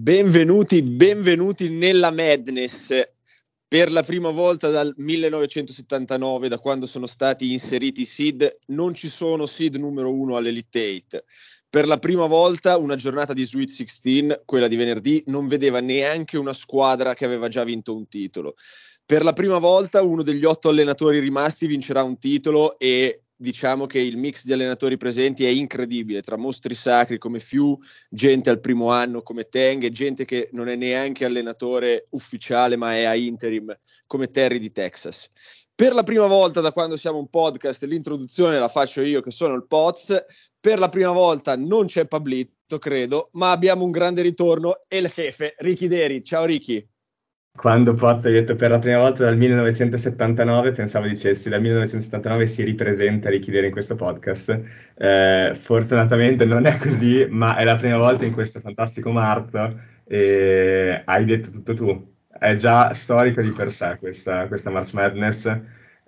Benvenuti nella Madness. Per la prima volta dal 1979, da quando sono stati inseriti i seed, non ci sono seed numero 1 all'Elite 8. Per la prima volta una giornata di Sweet 16, quella di venerdì, non vedeva neanche una squadra che aveva già vinto un titolo. Per la prima volta uno degli 8 allenatori rimasti vincerà un titolo e diciamo che il mix di allenatori presenti è incredibile, tra mostri sacri come Few, gente al primo anno come Teng e gente che non è neanche allenatore ufficiale ma è a interim come Terry di Texas. Per la prima volta da quando siamo un podcast, l'introduzione la faccio io che sono il Poz. Per la prima volta non c'è Pablito, credo, ma abbiamo un grande ritorno e il jefe, Ricky Deri. Ciao Ricky. Quando Pozzo hai detto per la prima volta dal 1979, pensavo dicessi dal 1979 si ripresenta Ricky Dere in questo podcast. Fortunatamente non è così, ma è la prima volta in questo fantastico marzo e hai detto tutto tu. È già storico di per sé questa March Madness.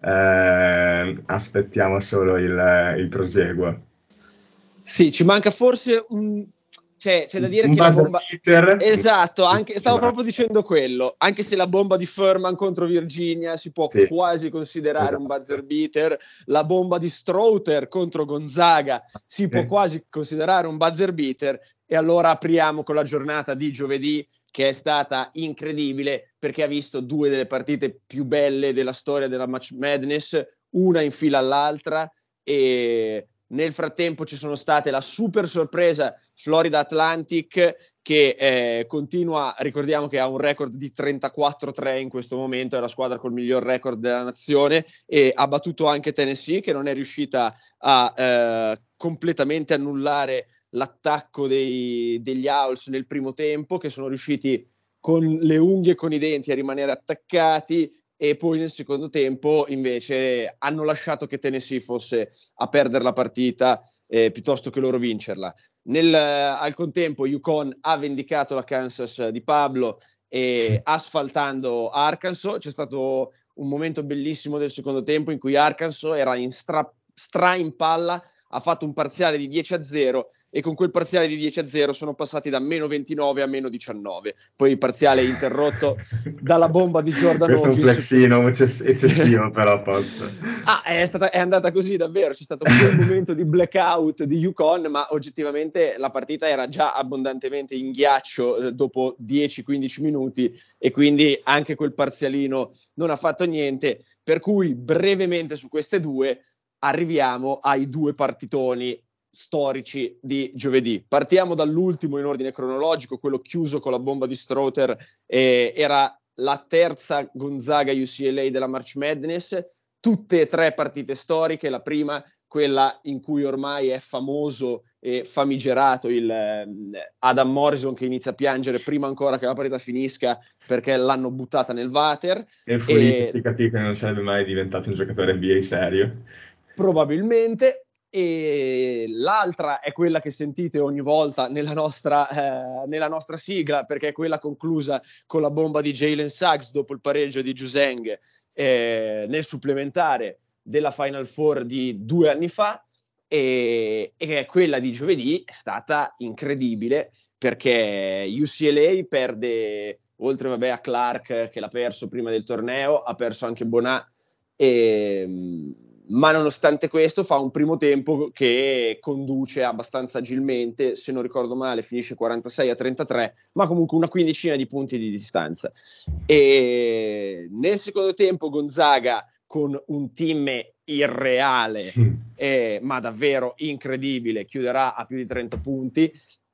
Aspettiamo solo il prosieguo. Sì, ci manca forse c'è da dire Un che la buzzer bomba... beater. Esatto, stavo proprio dicendo quello. Anche se la bomba di Furman contro Virginia si può Sì, quasi considerare un esatto. buzzer beater, la bomba di Strother contro Gonzaga si può Sì. quasi considerare un buzzer beater. E allora apriamo con la giornata di giovedì, che è stata incredibile perché ha visto due delle partite più belle della storia della March Madness, una in fila all'altra, e nel frattempo ci sono state la super sorpresa Florida Atlantic che continua, ricordiamo che ha un record di 34-3 in questo momento, è la squadra col miglior record della nazione e ha battuto anche Tennessee che non è riuscita a completamente annullare l'attacco degli Owls nel primo tempo, che sono riusciti con le unghie e con i denti a rimanere attaccati, e poi nel secondo tempo invece hanno lasciato che Tennessee fosse a perdere la partita piuttosto che loro vincerla. Al contempo UConn ha vendicato la Kansas di Pablo e asfaltando Arkansas. C'è stato un momento bellissimo del secondo tempo in cui Arkansas era stra in palla, ha fatto un parziale di 10-0 e con quel parziale di 10-0 sono passati da meno 29 a meno 19. Poi il parziale interrotto dalla bomba di Jordan Questo è un Hawkins. flexino eccessivo, però posso. È andata così davvero, c'è stato quel momento di blackout di UConn, ma oggettivamente la partita era già abbondantemente in ghiaccio dopo 10-15 minuti e quindi anche quel parzialino non ha fatto niente, per cui brevemente su queste due arriviamo ai due partitoni storici di giovedì. Partiamo dall'ultimo in ordine cronologico, quello chiuso con la bomba di Strother, era la terza Gonzaga UCLA della March Madness, tutte e tre partite storiche. La prima, quella in cui ormai è famoso e famigerato il Adam Morrison che inizia a piangere prima ancora che la partita finisca perché l'hanno buttata nel water. E fu lì che si capì che non sarebbe mai diventato un giocatore NBA serio. Probabilmente. E l'altra è quella che sentite ogni volta nella nostra sigla, perché è quella conclusa con la bomba di Jalen Suggs dopo il pareggio di Juzeng nel supplementare della Final Four di 2 anni fa, e quella di giovedì è stata incredibile perché UCLA perde, oltre a Clark che l'ha perso prima del torneo, ha perso anche Bonà, ma nonostante questo fa un primo tempo che conduce abbastanza agilmente, se non ricordo male finisce 46-33, ma comunque una quindicina di punti di distanza. E nel secondo tempo Gonzaga, con un team irreale ma davvero incredibile, chiuderà a più di 30 punti,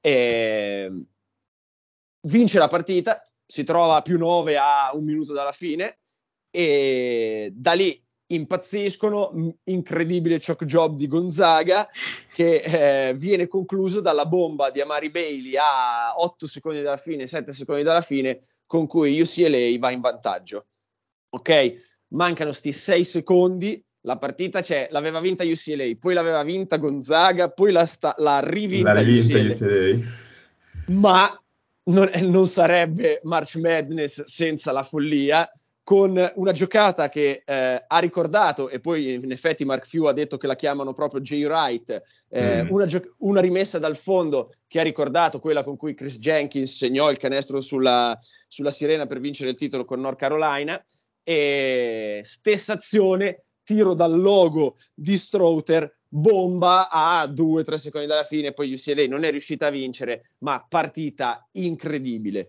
vince la partita, si trova a più 9 a un minuto dalla fine e da lì impazziscono. Incredibile choke job di Gonzaga che viene concluso dalla bomba di Amari Bailey a 8 secondi dalla fine, 7 secondi dalla fine, con cui UCLA va in vantaggio. Ok, mancano sti 6 secondi, la partita l'aveva vinta UCLA, poi l'aveva vinta Gonzaga, poi l'ha rivinta rivinta UCLA, UCLA. ma non sarebbe March Madness senza la follia. con una giocata che ha ricordato, e poi in effetti Mark Few ha detto che la chiamano proprio Jay Wright, una rimessa dal fondo che ha ricordato quella con cui Chris Jenkins segnò il canestro sulla sirena per vincere il titolo con North Carolina, e stessa azione, tiro dal logo di Stroughter, bomba a 2-3 secondi dalla fine, poi UCLA non è riuscita a vincere, ma partita incredibile.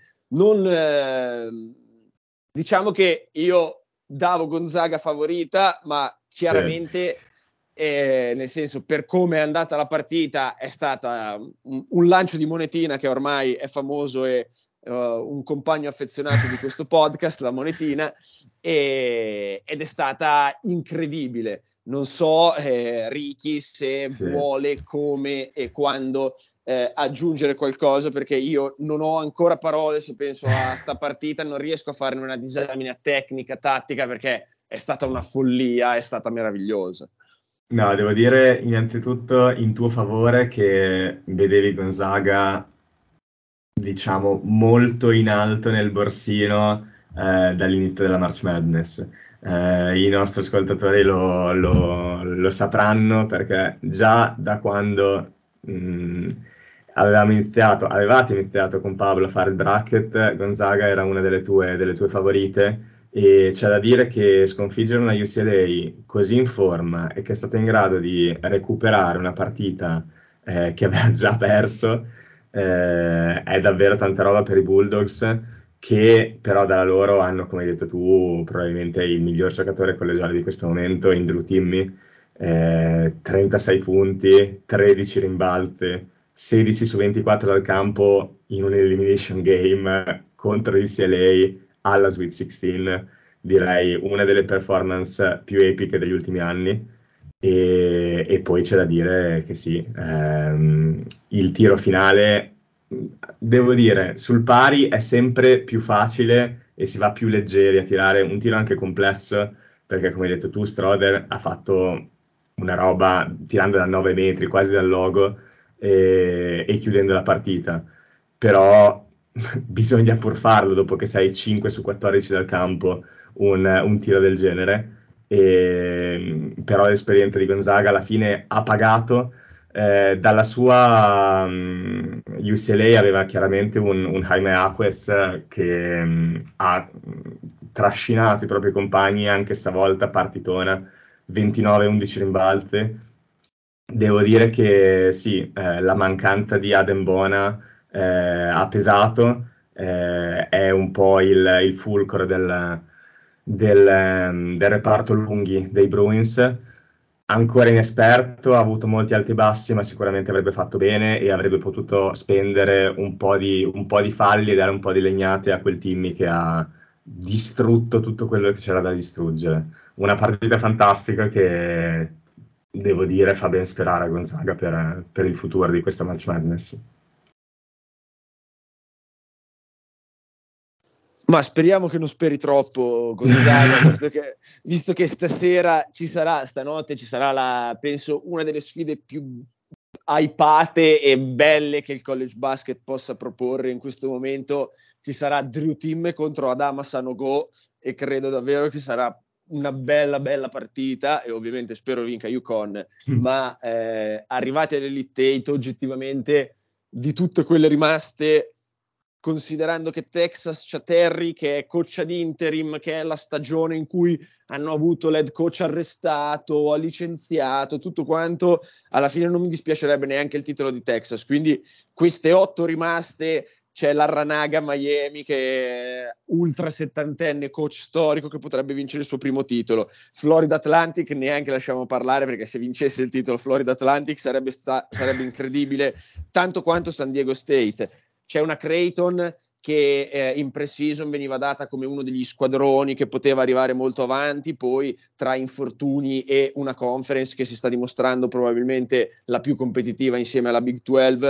Diciamo che io davo Gonzaga favorita, ma chiaramente, nel senso, per come è andata la partita, è stata un lancio di monetina che ormai è famoso e un compagno affezionato di questo podcast, la monetina, ed è stata incredibile. Non so, Ricky, se vuole, come e quando aggiungere qualcosa, perché io non ho ancora parole se penso a sta partita, non riesco a farne una disamina tecnica, tattica, perché è stata una follia, è stata meravigliosa. No, devo dire innanzitutto in tuo favore che vedevi Gonzaga, diciamo, molto in alto nel borsino dall'inizio della March Madness. I nostri ascoltatori lo sapranno, perché già da quando avevate iniziato con Pablo a fare il bracket, Gonzaga era una delle tue favorite, e c'è da dire che sconfiggere una UCLA così in forma e che è stata in grado di recuperare una partita che aveva già perso, è davvero tanta roba per i Bulldogs, che però dalla loro hanno, come hai detto tu, probabilmente il miglior giocatore collegiale di questo momento in Drew Timme. 36 punti, 13 rimbalzi, 16 su 24 dal campo in un elimination game contro UCLA alla Sweet 16, direi una delle performance più epiche degli ultimi anni. E poi c'è da dire che sì, il tiro finale, devo dire, sul pari è sempre più facile e si va più leggeri a tirare un tiro anche complesso, perché come hai detto tu, Stroder ha fatto una roba tirando da 9 metri, quasi dal logo, e chiudendo la partita. Però bisogna pur farlo dopo che sei 5 su 14 dal campo, un tiro del genere. Però l'esperienza di Gonzaga alla fine ha pagato. Dalla sua UCLA aveva chiaramente un Jaime Aques che ha trascinato i propri compagni anche stavolta, partitona, 29-11 rimbalzi. Devo dire che sì, la mancanza di Adem ha pesato, è un po' il fulcro del reparto lunghi dei Bruins. Ancora inesperto, ha avuto molti alti e bassi, ma sicuramente avrebbe fatto bene e avrebbe potuto spendere un po' di falli e dare un po' di legnate a quel team che ha distrutto tutto quello che c'era da distruggere. Una partita fantastica che, devo dire, fa ben sperare a Gonzaga per il futuro di questa March Madness. Ma speriamo che non speri troppo, Gonzaga, visto che stasera stanotte ci sarà penso, una delle sfide più hypate e belle che il college basket possa proporre in questo momento. Ci sarà Drew Timme contro Adama Sanogo, e credo davvero che sarà una bella partita, e ovviamente spero vinca UConn, ma arrivati all'Elite 8, oggettivamente, di tutte quelle rimaste, considerando che Texas c'ha Terry che è coach ad interim, che è la stagione in cui hanno avuto l'head coach arrestato, ha licenziato, tutto quanto, alla fine non mi dispiacerebbe neanche il titolo di Texas. Quindi queste 8 rimaste, c'è l'Arranaga Miami che è ultra settantenne, coach storico che potrebbe vincere il suo primo titolo. Florida Atlantic neanche lasciamo parlare, perché se vincesse il titolo Florida Atlantic sarebbe incredibile, tanto quanto San Diego State. C'è una Creighton che in pre-season veniva data come uno degli squadroni che poteva arrivare molto avanti, poi tra infortuni e una conference che si sta dimostrando probabilmente la più competitiva insieme alla Big 12,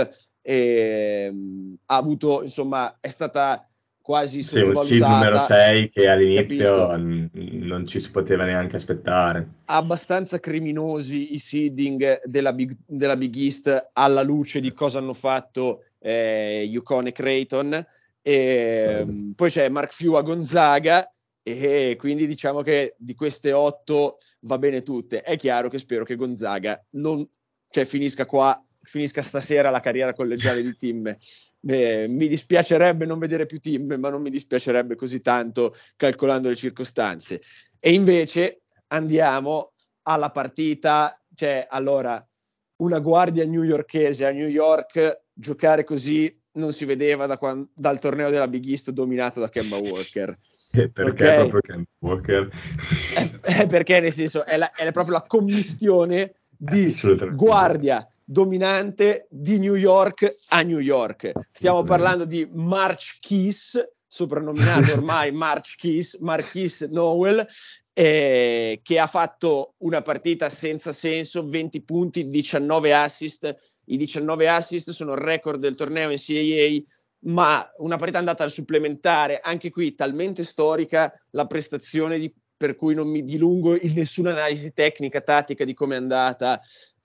ha avuto, insomma, è stata quasi Sì, un seed numero sottovalutata, 6 che all'inizio capito? non ci si poteva neanche aspettare. Abbastanza criminosi i seeding della Big East alla luce di cosa hanno fatto UConn e Creighton. Poi c'è Mark Few a Gonzaga, e quindi diciamo che di queste 8 va bene tutte. È chiaro che spero che Gonzaga non, cioè, finisca stasera la carriera collegiale di Tim. Mi dispiacerebbe non vedere più Tim, ma non mi dispiacerebbe così tanto calcolando le circostanze. E invece andiamo alla partita, cioè allora una guardia newyorkese a New York giocare così non si vedeva dal torneo della Big East dominato da Kemba Walker. Perché Ok? proprio Kemba Walker? Perché nel senso è proprio la commistione di Assolutamente. guardia dominante di New York a New York. Stiamo parlando di Marquise, soprannominato ormai Marquise Nowell, che ha fatto una partita senza senso, 20 punti, 19 assist. I 19 assist sono il record del torneo NCAA, ma una partita andata al supplementare, anche qui talmente storica la prestazione per cui non mi dilungo in nessuna analisi tecnica, tattica di come è andata,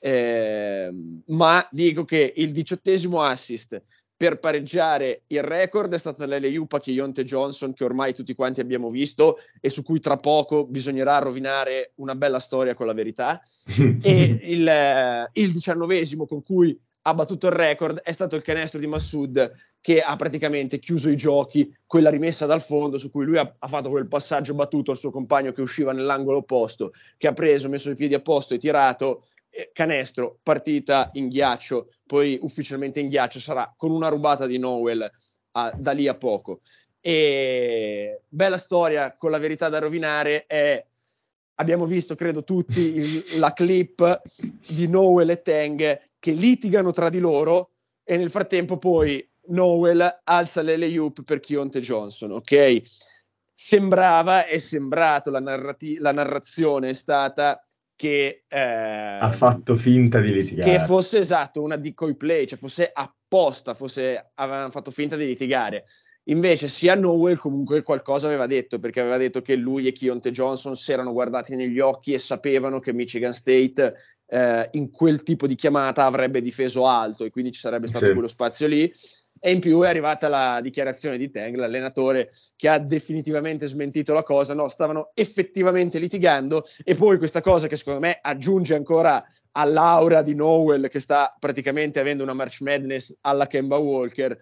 ma dico che il 18° assist per pareggiare il record è stata l'LU Keontae Johnson, che ormai tutti quanti abbiamo visto e su cui tra poco bisognerà rovinare una bella storia con la verità, e il 19° con cui ha battuto il record è stato il canestro di Massoud, che ha praticamente chiuso i giochi, quella rimessa dal fondo su cui lui ha fatto quel passaggio battuto al suo compagno che usciva nell'angolo opposto, che ha preso, messo i piedi a posto e tirato, canestro, partita in ghiaccio, poi ufficialmente in ghiaccio sarà con una rubata di Nowell da lì a poco. E bella storia con la verità da rovinare è, abbiamo visto credo tutti la clip di Nowell e Tang che litigano tra di loro e nel frattempo poi Nowell alza l'alley-oop per Keontae Johnson, ok? È sembrato, la narrazione è stata che Ha fatto finta di che litigare. fosse esatto una decoy play, cioè fosse apposta, avevano fatto finta di litigare. Invece sia Nowell comunque qualcosa aveva detto, perché aveva detto che lui e Keontae Johnson si erano guardati negli occhi e sapevano che Michigan State in quel tipo di chiamata avrebbe difeso alto e quindi ci sarebbe stato quello spazio lì. E in più è arrivata la dichiarazione di Tang, l'allenatore, che ha definitivamente smentito la cosa. No, stavano effettivamente litigando, e poi questa cosa che secondo me aggiunge ancora all'aura di Nowell, che sta praticamente avendo una March Madness alla Kemba Walker,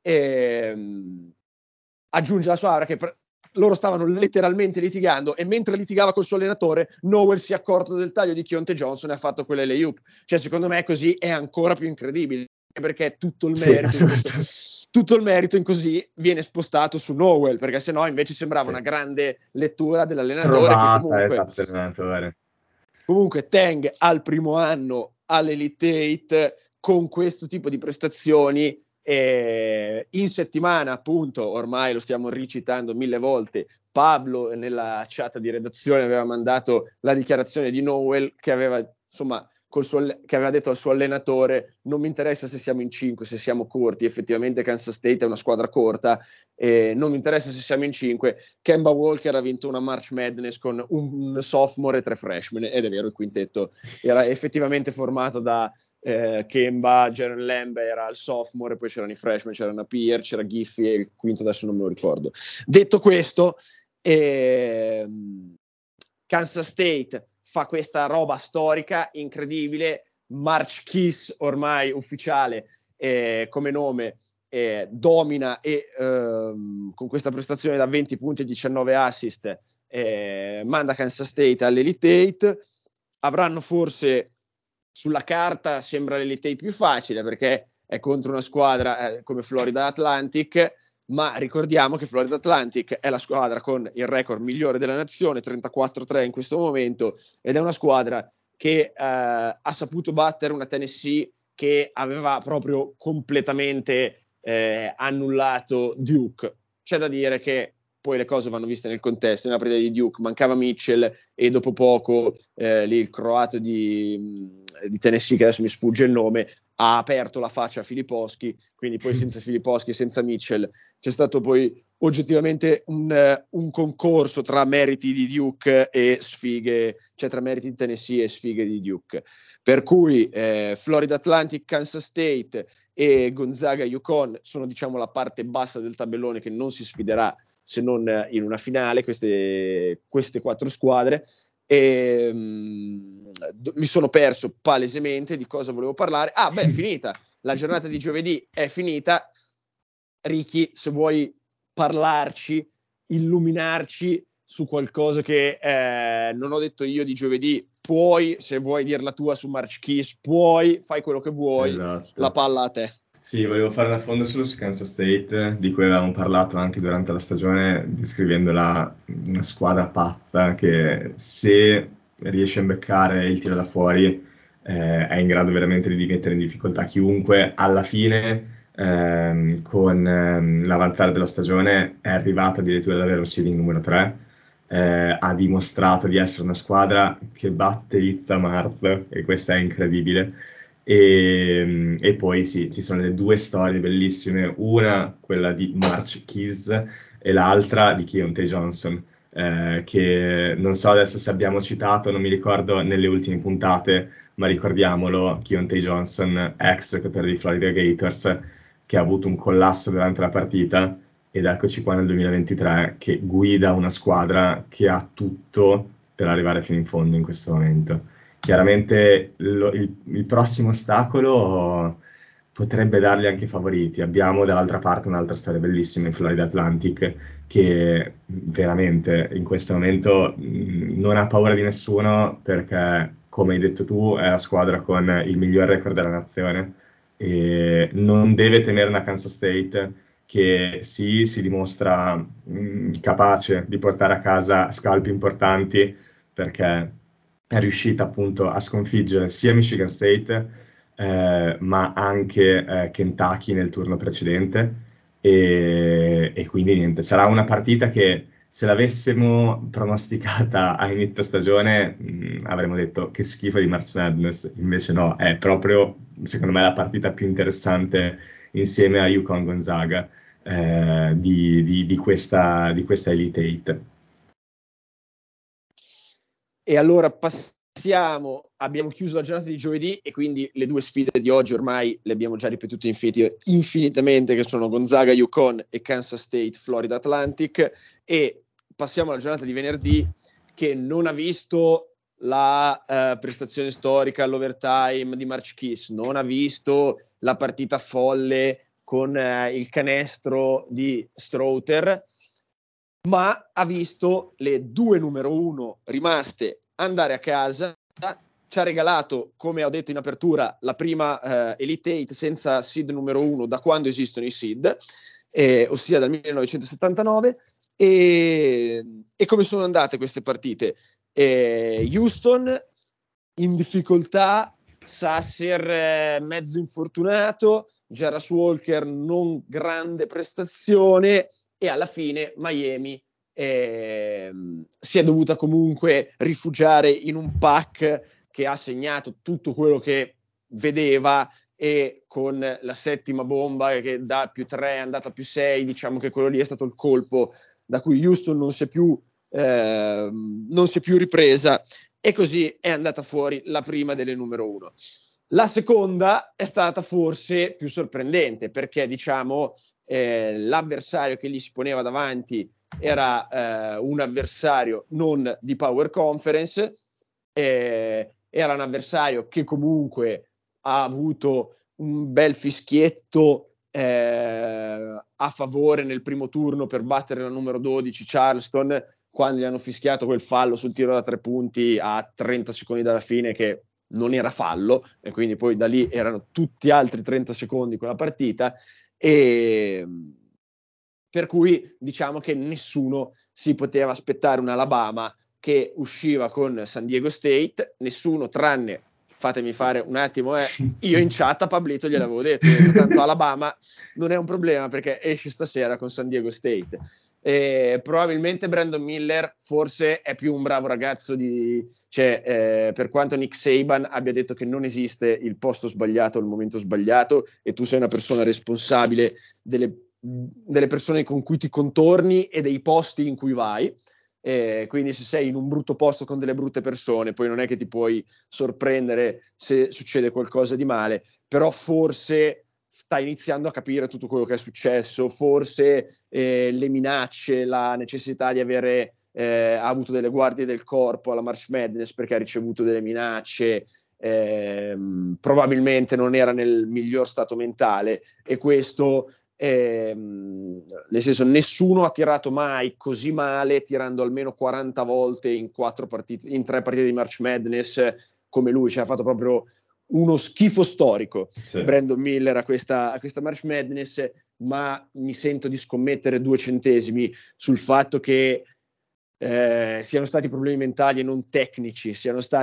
aggiunge la sua aura che loro stavano letteralmente litigando, e mentre litigava col suo allenatore Nowell si è accorto del taglio di Keontae Johnson e ha fatto quelle layup. Cioè secondo me così è ancora più incredibile, perché tutto il merito in così viene spostato su Nowell, perché sennò invece sembrava una grande lettura dell'allenatore che Trovata, esatto, allenatore. Comunque Tang al primo anno all'Elite 8 con questo tipo di prestazioni, in settimana appunto, ormai lo stiamo ricitando 1000 volte, Pablo nella chat di redazione aveva mandato la dichiarazione di Nowell che aveva insomma che aveva detto al suo allenatore: non mi interessa se siamo in 5, se siamo corti. Effettivamente Kansas State è una squadra corta, non mi interessa se siamo in 5. Kemba Walker ha vinto una March Madness con un sophomore e 3 freshman, ed è vero, il quintetto era effettivamente formato da Kemba, Jaren Lamb era il sophomore, poi c'erano i freshman, c'era Napier, c'era Giffy e il quinto adesso non me lo ricordo. Detto questo, Kansas State fa questa roba storica incredibile, March Kiss ormai ufficiale come nome, domina e con questa prestazione da 20 punti e 19 assist manda Kansas State all'Elite 8. Avranno forse sulla carta, sembra l'Elite 8 più facile perché è contro una squadra come Florida Atlantic, ma ricordiamo che Florida Atlantic è la squadra con il record migliore della nazione, 34-3 in questo momento, ed è una squadra che ha saputo battere una Tennessee che aveva proprio completamente annullato Duke. C'è da dire che poi le cose vanno viste nel contesto. Nella partita di Duke mancava Mitchell e dopo poco lì il croato di Tennessee, che adesso mi sfugge il nome, ha aperto la faccia a Filipowski, quindi poi senza Filipowski e senza Mitchell c'è stato poi oggettivamente un concorso tra meriti di Duke e sfighe, cioè tra meriti di Tennessee e sfighe di Duke. Per cui Florida Atlantic, Kansas State, e Gonzaga-UConn sono, diciamo, la parte bassa del tabellone che non si sfiderà se non in una finale, queste 4 squadre. E mi sono perso palesemente di cosa volevo parlare. È finita la giornata di giovedì, è finita. Ricky, se vuoi parlarci, illuminarci su qualcosa che non ho detto io di giovedì, puoi, se vuoi dire la tua su March Kiss, puoi, fai quello che vuoi, Esatto. la palla a te. Sì, volevo fare un affondo solo su Kansas State, di cui avevamo parlato anche durante la stagione, descrivendola una squadra pazza che, se riesce a imbeccare il tiro da fuori, è in grado veramente di mettere in difficoltà chiunque. Alla fine, con l'avanzare della stagione, è arrivata addirittura ad avere un seeding numero 3. Ha dimostrato di essere una squadra che batte Izza Marz, e questo è incredibile. E poi sì, ci sono le due storie bellissime, una quella di March Keys e l'altra di Keontae Johnson, che non so adesso se abbiamo citato, non mi ricordo nelle ultime puntate, ma ricordiamolo: Keontae Johnson, ex giocatore di Florida Gators, che ha avuto un collasso durante la partita, ed eccoci qua nel 2023 che guida una squadra che ha tutto per arrivare fino in fondo in questo momento. Chiaramente il prossimo ostacolo potrebbe dargli anche i favoriti. Abbiamo dall'altra parte un'altra storia bellissima in Florida Atlantic, che veramente in questo momento non ha paura di nessuno, perché, come hai detto tu, è la squadra con il miglior record della nazione e non deve temere una Kansas State che sì, si dimostra capace di portare a casa scalpi importanti, perché è riuscita appunto a sconfiggere sia Michigan State, ma anche Kentucky nel turno precedente. E quindi niente, sarà una partita che, se l'avessimo pronosticata a inizio stagione, avremmo detto che schifo di March Madness. Invece no, è proprio, secondo me, la partita più interessante, insieme a UConn Gonzaga, di questa Elite Eight. E allora abbiamo chiuso la giornata di giovedì e quindi le due sfide di oggi ormai le abbiamo già ripetute infinitamente, che sono Gonzaga UConn e Kansas State Florida Atlantic, e passiamo alla giornata di venerdì, che non ha visto la prestazione storica all'overtime di March Kiss, non ha visto la partita folle con il canestro di Strouter, ma ha visto le due numero 1 rimaste andare a casa. Ci ha regalato, come ho detto in apertura, la prima Elite 8 senza seed numero 1 da quando esistono i seed, ossia dal 1979. E come sono andate queste partite? Houston in difficoltà, Sasser mezzo infortunato, Jarras Walker non grande prestazione, e alla fine Miami si è dovuta comunque rifugiare in un pack che ha segnato tutto quello che vedeva, e con la settima bomba che da +3 è andata a +6, diciamo che quello lì è stato il colpo da cui Houston non si è più ripresa, e così è andata fuori la prima delle numero 1. La seconda è stata forse più sorprendente, perché diciamo l'avversario che gli si poneva davanti era un avversario non di Power Conference, era un avversario che comunque ha avuto un bel fischietto a favore nel primo turno per battere la numero 12 Charleston, quando gli hanno fischiato quel fallo sul tiro da 3 punti a 30 secondi dalla fine, che non era fallo, e quindi poi da lì erano tutti altri 30 secondi quella partita, e per cui diciamo che nessuno si poteva aspettare un Alabama che usciva con San Diego State, nessuno tranne, fatemi fare un attimo, io in chat a Pablito gliel'avevo detto, tanto Alabama non è un problema perché esce stasera con San Diego State. Probabilmente Brandon Miller forse è più un bravo ragazzo per quanto Nick Saban abbia detto che non esiste il posto sbagliato al momento sbagliato, e tu sei una persona responsabile delle persone con cui ti contorni e dei posti in cui vai, quindi se sei in un brutto posto con delle brutte persone, poi non è che ti puoi sorprendere se succede qualcosa di male, però forse sta iniziando a capire tutto quello che è successo, forse le minacce, la necessità di avere ha avuto delle guardie del corpo alla March Madness perché ha ricevuto delle minacce, probabilmente non era nel miglior stato mentale, e questo nel senso, nessuno ha tirato mai così male tirando almeno 40 volte in 3 partite di March Madness come lui, cioè ha fatto proprio uno schifo storico. Sì. Brandon Miller a questa March Madness, ma mi sento di scommettere 2 centesimi sul fatto che siano stati problemi mentali e non tecnici,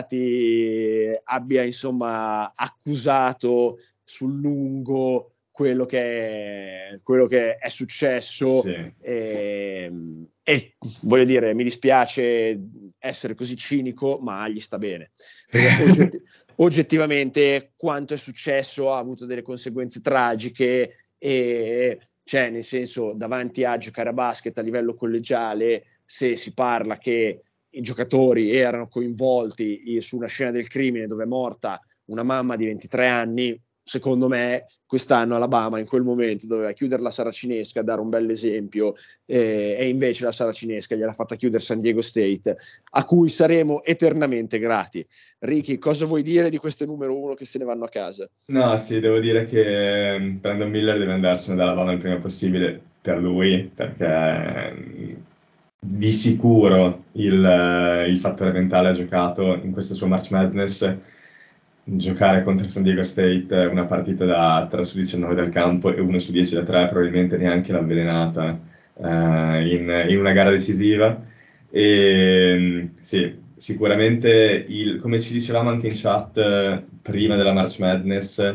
abbia insomma accusato sul lungo quello che è successo, Sì. e voglio dire, mi dispiace essere così cinico, ma gli sta bene, perché oggettivamente quanto è successo ha avuto delle conseguenze tragiche, e cioè, nel senso, davanti a giocare a basket a livello collegiale, se si parla che i giocatori erano coinvolti su una scena del crimine dove è morta una mamma di 23 anni, secondo me quest'anno Alabama in quel momento doveva chiudere la saracinesca, dare un bel esempio, e invece la saracinesca gliel'ha fatta chiudere San Diego State, a cui saremo eternamente grati. Ricky, cosa vuoi dire di queste numero 1 che se ne vanno a casa? No, sì, devo dire che Brandon Miller deve andarsene dall'Alabama il prima possibile per lui, perché di sicuro il fattore mentale ha giocato in questa sua March Madness. Giocare contro San Diego State una partita da 3 su 19 dal campo e 1 su 10 da 3, probabilmente neanche l'ha avvelenata in una gara decisiva. E sì, sicuramente come ci dicevamo anche in chat prima della March Madness,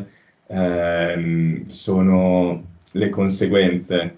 sono le conseguenze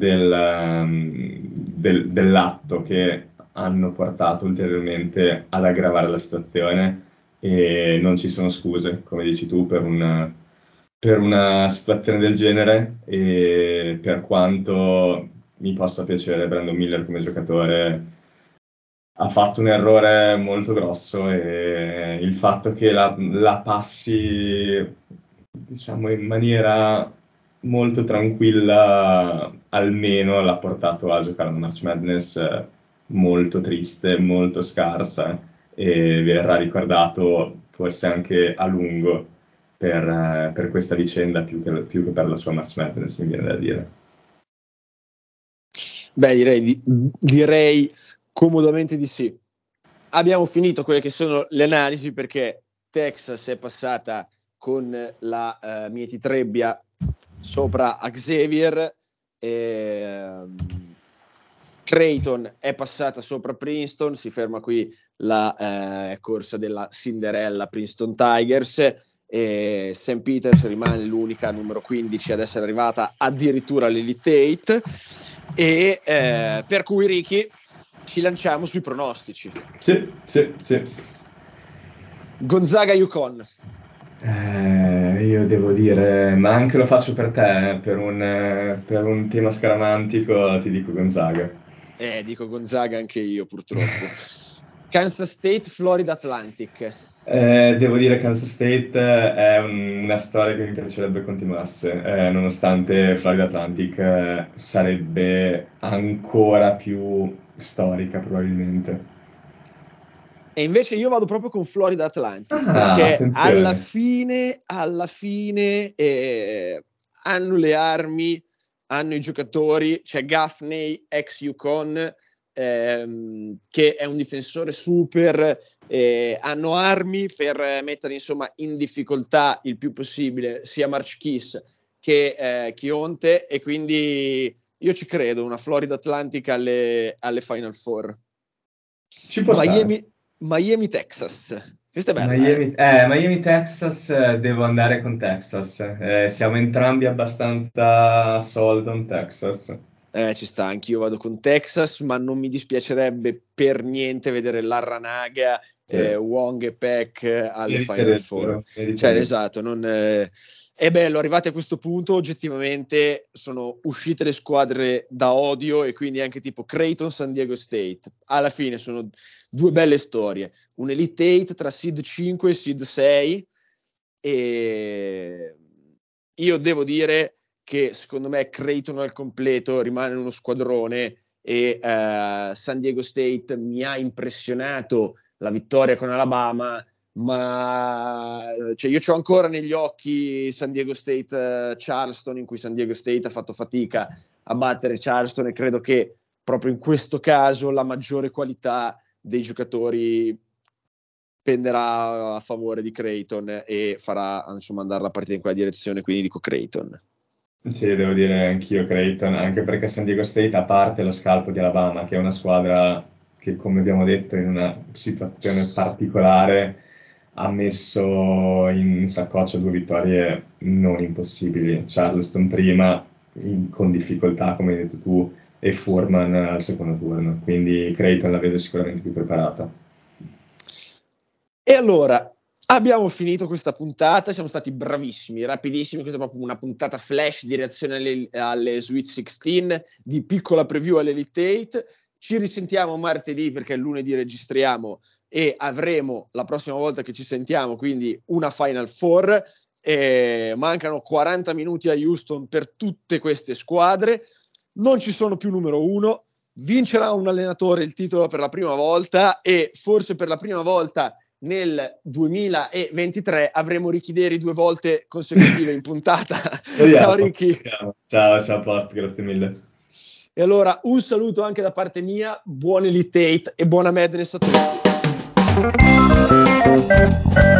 dell'atto che hanno portato ulteriormente ad aggravare la situazione, e non ci sono scuse, come dici tu, per una situazione del genere. E per quanto mi possa piacere Brandon Miller come giocatore, ha fatto un errore molto grosso, e il fatto che la passi, diciamo, in maniera molto tranquilla, almeno l'ha portato a giocare una March Madness molto triste, molto scarsa, e verrà ricordato forse anche a lungo per questa vicenda più che per la sua March Madness, mi viene da dire. Beh, direi comodamente di sì. Abbiamo finito quelle che sono le analisi, perché Texas è passata con la Mieti Trebbia sopra a Xavier, Creighton è passata sopra Princeton, si ferma qui la corsa della Cinderella Princeton Tigers, e St. Peters rimane l'unica numero 15 ad essere arrivata addirittura all'Elite 8, e per cui Ricky ci lanciamo sui pronostici. Sì, sì, sì. Gonzaga Yukon. Io devo dire, ma anche lo faccio per te, per un tema scaramantico, ti dico Gonzaga. Dico Gonzaga anche io, purtroppo. Kansas State, Florida Atlantic. Devo dire che Kansas State è una storia che mi piacerebbe continuasse, nonostante Florida Atlantic sarebbe ancora più storica probabilmente. E invece io vado proprio con Florida Atlantic, Ah, perché alla attenzione. fine hanno le armi, hanno i giocatori, c'è Gaffney, ex UConn, che è un difensore super, hanno armi per mettere insomma in difficoltà il più possibile sia March che Chionte, e quindi io ci credo, una Florida Atlantic alle Final Four. Ci può stare. Miami, Texas. Questa è bella, Miami, Texas, devo andare con Texas. Siamo entrambi abbastanza sold on Texas. Ci sta, anch'io vado con Texas, ma non mi dispiacerebbe per niente vedere Larranaga, Sì, Wong e Peck alle Final Four. meriterebbero, Cioè, meriterebbero. esatto, è bello, arrivati a questo punto, oggettivamente sono uscite le squadre da odio, e quindi anche tipo Creighton, San Diego State. Alla fine sono 2 belle storie, un Elite 8 tra Seed 5 e Seed 6, e io devo dire che secondo me Creighton al completo rimane uno squadrone e San Diego State mi ha impressionato la vittoria con Alabama, ma cioè, io c'ho ancora negli occhi San Diego State Charleston, in cui San Diego State ha fatto fatica a battere Charleston, e credo che proprio in questo caso la maggiore qualità dei giocatori penderà a favore di Creighton e farà insomma andare la partita in quella direzione, quindi dico Creighton. Sì, devo dire anch'io Creighton, anche perché San Diego State, a parte lo scalpo di Alabama, che è una squadra che, come abbiamo detto, in una situazione particolare, ha messo in saccoccia 2 vittorie non impossibili. Charleston prima, con difficoltà, come hai detto tu, e Furman al secondo turno. Quindi Creighton la vedo sicuramente più preparata. E allora, abbiamo finito questa puntata, siamo stati bravissimi, rapidissimi, questa è proprio una puntata flash di reazione alle Sweet 16, di piccola preview all'Elite 8. Ci risentiamo martedì, perché lunedì registriamo, e avremo la prossima volta che ci sentiamo quindi una Final Four. Mancano 40 minuti a Houston per tutte queste squadre, non ci sono più numero uno, vincerà un allenatore il titolo per la prima volta, e forse per la prima volta nel 2023 avremo Ricky Deri 2 volte consecutive in puntata. Ciao Ricky. Ciao Post, grazie mille. E allora un saluto anche da parte mia, buon Elite 8 e buona Madness a tutti.